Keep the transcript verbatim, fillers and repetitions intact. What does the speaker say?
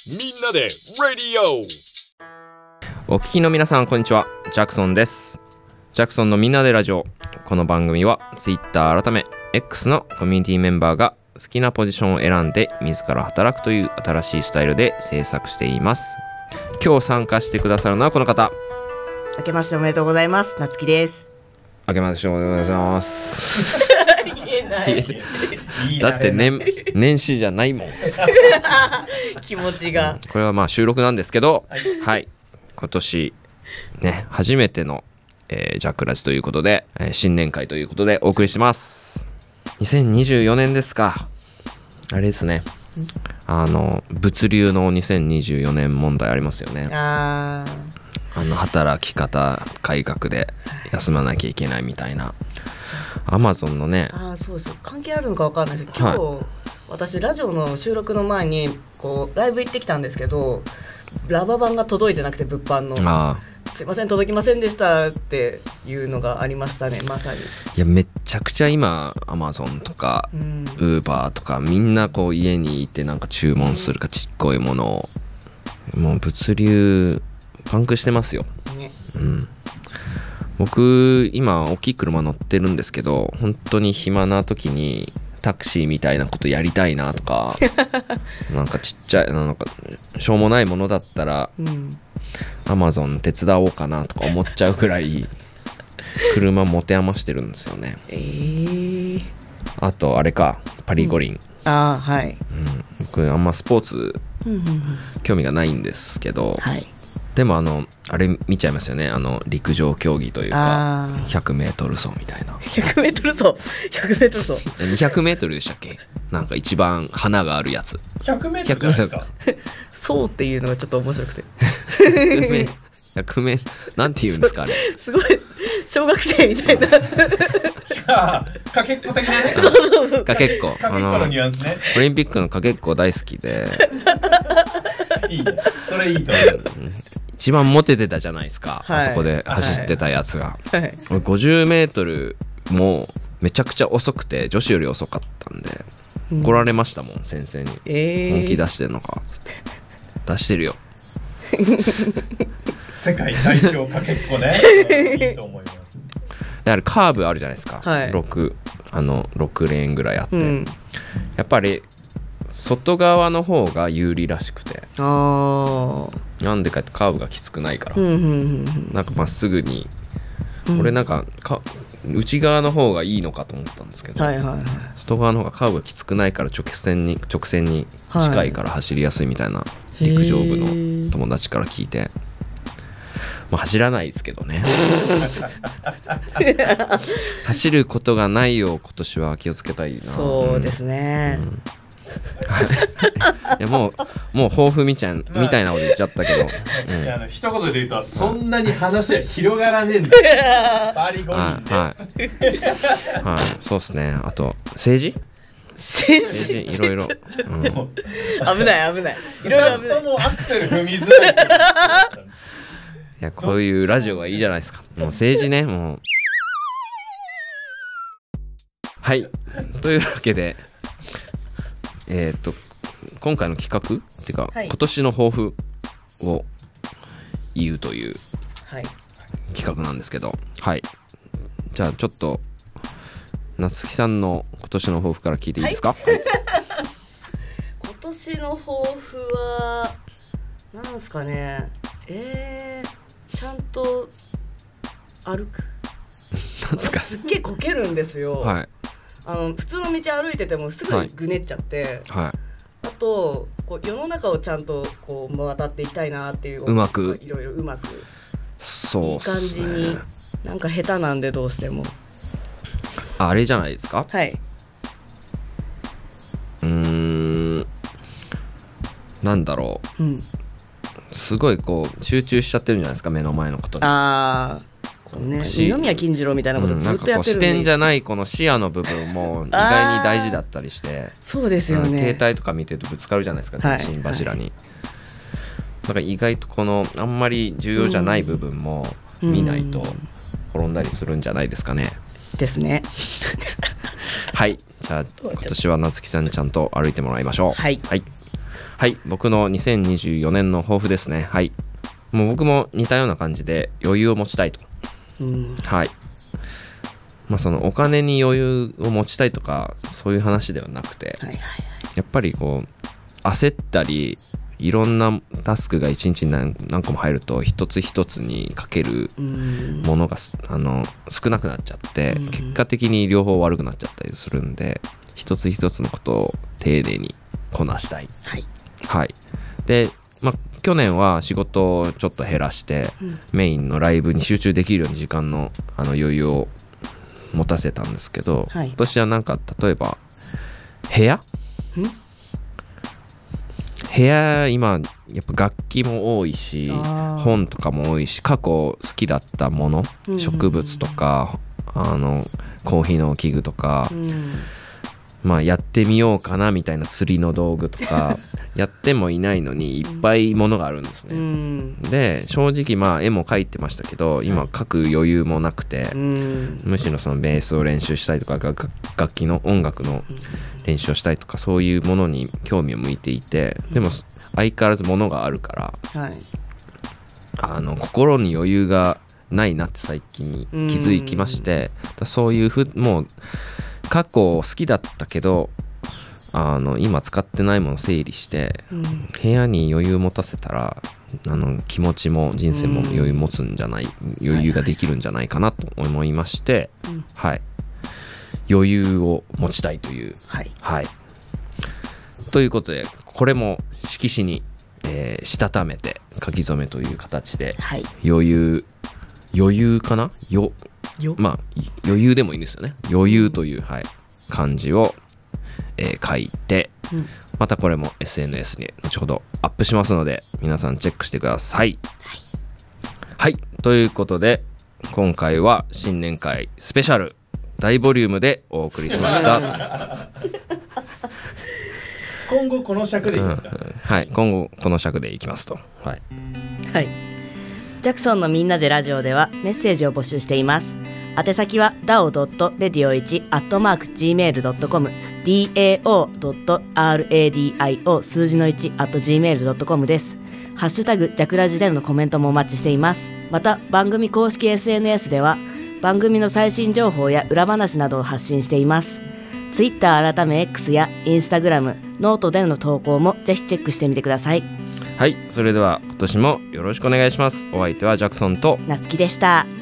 みんなでラディオ。 お聞きの皆さんこんにちは、ジャクソンです。ジャクソンのみんなでラジオ。この番組は Twitter 改め X のコミュニティメンバーが好きなポジションを選んで自ら働くという新しいスタイルで制作しています。今日参加してくださるのはこの方。 明けましておめでとうございます。なつきです。 明けましておめでとうございます。 言えないだって 年, 年始じゃないもん気持ちが。 これはまあ収録なんですけど、はい、はい、今年ね初めての、えー、ジャクラジということで、えー、新年会ということでお送りしてます。にせんにじゅうよねんですか。あれですね、あの物流のにせんにじゅうよねん問題ありますよね。 ああの働き方改革で休まなきゃいけないみたいな。アマゾンのね、 あそうです。関係あるのか分かんないですけど、今日、はい、私ラジオの収録の前にこうライブ行ってきたんですけど、ラバ版が届いてなくて、物販のあすいません届きませんでしたっていうのがありましたね。まさに。いやめっちゃくちゃ今アマゾンとかウーバーとかみんなこう家にいてなんか注文するかちっこいものを、もう物流パンクしてますよ、ね。うん、僕今大きい車乗ってるんですけど、本当に暇な時にタクシーみたいなことやりたいなとかなんかちっちゃいなんかしょうもないものだったら、うん、Amazon 手伝おうかなとか思っちゃうくらい車持て余してるんですよね。えー、あとあれかパリ五輪、うん、 あはい、 うん、僕あんまスポーツ興味がないんですけど、はい、でもあのあれ見ちゃいますよね。あの陸上競技というか ひゃくメートル 走みたいな。 ひゃくメートル 走 ひゃくメートル 走にひゃくメートルでしたっけ。なんか一番花があるやつひゃくメートルじゃないですか。 そうっていうのがちょっと面白くてひゃくメートルなんて言うんですかあれ。 すごい小学生みたいなかけっこ的なね。 そうそうそう、 かけっこ、 かけっこのニュアンスね。 オリンピックのかけっこ大好きでいいね、それいいと思う。 一番モテてたじゃないですか、はい、あそこで走ってたやつが、はい、俺ごじゅうメートルもめちゃくちゃ遅くて女子より遅かったんで、うん、怒られましたもん先生に、えー、本気出してんのかって出してるよ世界最強かけっこねいいと思います。 だからカーブあるじゃないですか、 はい、 ろく, あのろくレーンぐらいあって、うん、やっぱり外側の方が有利らしくて、あなんでかってカーブがきつくないから、うんうんうん、なんかまっすぐに、うん、俺なんかか内側の方がいいのかと思ったんですけど、はいはいはい、外側の方がカーブがきつくないから直線に直線に近いから走りやすいみたいな、陸上部の友達から聞いて、まあ、走らないですけどね走ることがないよう今年は気をつけたいな。 そうですね、うんいやもうもう抱負みちゃん、まあ、みたいなこと言っちゃったけど、 うん、あの一言で言うとそんなに話は広がらねえんだよバリゴリンで、はい、 はい、そうですね。あと政治政治いろいろ、うん、 でも危ない危ない、いろいろ危ない。 もうアクセル踏みづらいいやこういうラジオがいいじゃないですか。もう政治ねもうはいというわけでえー、と今回の企画っていうか、はい、今年の抱負を言うという企画なんですけど、はい、はい、じゃあちょっと夏希さんの今年の抱負から聞いていいですか。はい、 今年の抱負はなんですかね。えー、ちゃんと歩く。 なんすか。 すっげえこけるんですよ。はい、あの普通の道歩いててもすぐぐねっちゃって、はいはい、あとこう世の中をちゃんとこう渡っていきたいなっていう、 うまくいろいろうまくそう、ね、 いい感じに、なんか下手なんでどうしてもあ, あれじゃないですか。 はい、 うーんなんだろう、うん、すごいこう集中しちゃってるんじゃないですか目の前のことに。 あーね、二宮金次郎みたいなことずっとやってるのに、 うん、なんかこう視点じゃないこの視野の部分も意外に大事だったりしてそうですよね。 携帯とか見てるとぶつかるじゃないですか、電信柱に、はい、だから意外とこのあんまり重要じゃない部分も見ないと転んだりするんじゃないですかね、 うん、ですねはい、じゃあ今年は夏希さんにちゃんと歩いてもらいましょう。 はい、 はい、 はい、僕のにせんにじゅうよねんの抱負ですね。はい、もう僕も似たような感じで余裕を持ちたいと、うん、はい、まあそのお金に余裕を持ちたいとかそういう話ではなくて、はいはいはい、やっぱりこう焦ったりいろんなタスクが一日に 何, 何個も入ると一つ一つにかけるものがあの少なくなっちゃって結果的に両方悪くなっちゃったりするんで一つ一つのことを丁寧にこなしたい、はいはい、で、まあ、去年は仕事をちょっと減らして、うん、メインのライブに集中できるように時間 の, あの余裕を持たせたんですけど、はい、今年はなんか例えば部屋部屋今やっぱ楽器も多いし本とかも多いし過去好きだったもの、うん、植物とかあのコーヒーの器具とか、うん、まあやってみようかなみたいな釣りの道具とかやってもいないのにいっぱいものがあるんですね、うん、で正直まあ絵も描いてましたけど今描く余裕もなくて、うん、むしろそのベースを練習したりとか楽器の音楽の練習をしたりとかそういうものに興味を向いていてでも相変わらずものがあるから、はい、あの心に余裕がないなって最近に気づきましてだそういうふもう過去好きだったけどあの今使ってないものを整理して、うん、部屋に余裕を持たせたらあの気持ちも人生も余裕持つんじゃない、うん、余裕ができるんじゃないかなと思いまして、はいはい、余裕を持ちたいという、はいはい、ということでこれも色紙に、えー、したためて書き初めという形で、はい、余裕余裕かなよまあ余裕でもいいんですよね余裕という、はい、漢字を、えー、書いて、うん、またこれも エスエヌエス に後ほどアップしますので皆さんチェックしてください、はい、はい、ということで今回は新年会スペシャル大ボリュームでお送りしました今後この尺でいきますか、うん、 はい今後この尺でいきますとはい、 はい、ジャクソンのみんなでラジオではメッセージを募集しています。宛先は ダオドットレディオワン アットマーク ジーメールドットコム ダオドットラディオ 数字のいち アット ジーメールドットコム です。ハッシュタグジャクラジでのコメントもお待ちしています。また番組公式 エスエヌエス では番組の最新情報や裏話などを発信しています。ツイッター改め X やインスタグラム、ノートでの投稿もぜひチェックしてみてください。 はい、それでは今年もよろしくお願いします。お相手はジャクソンとなつきでした。